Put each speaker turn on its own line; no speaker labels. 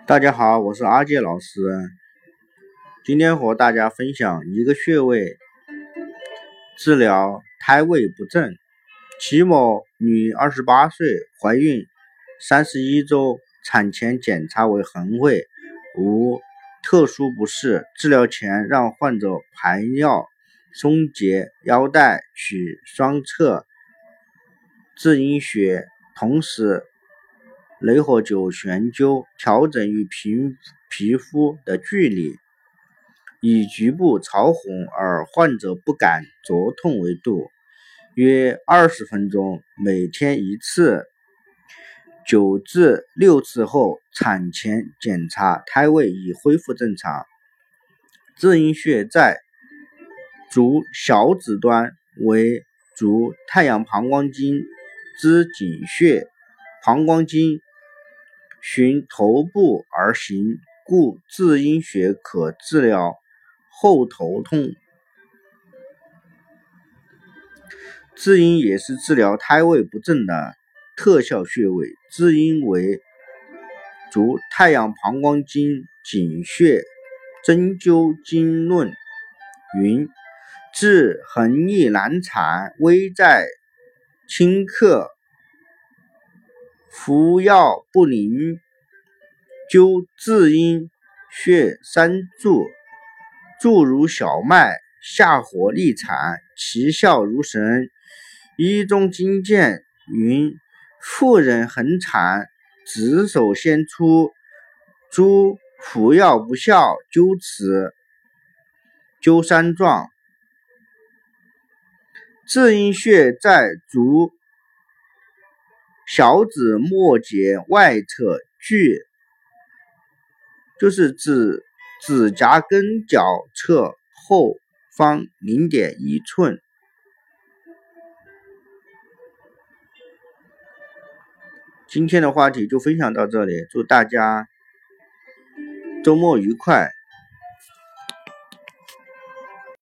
大家好，我是阿杰老师。今天和大家分享一个穴位治疗胎位不正。齐某女28岁，怀孕31周，产前检查为横位，无特殊不适。治疗前让患者排尿、松节腰带，取双侧至阴穴，同时雷火灸悬灸，调整与皮肤的距离，以局部潮红而患者不感灼痛为度，约20分钟，每天1次，9至6次后，产前检查胎位已恢复正常。至阴穴在足小指端，为足太阳膀胱经之井穴，膀胱经循头部而行，故至阴穴可治疗后头痛。至阴也是治疗胎位不正的特效穴位。至阴为足太阳膀胱经井穴。针灸经论云：治横逆难产，危在顷刻，服药不灵，灸至阴穴3柱，柱如小麦，下火利产，其效如神。医中经鉴云：妇人横产，子手先出，诸服药不效，灸此，灸3状。至阴穴在足小指末节外侧，距就是指甲根角侧后方0.1寸。今天的话题就分享到这里，祝大家周末愉快。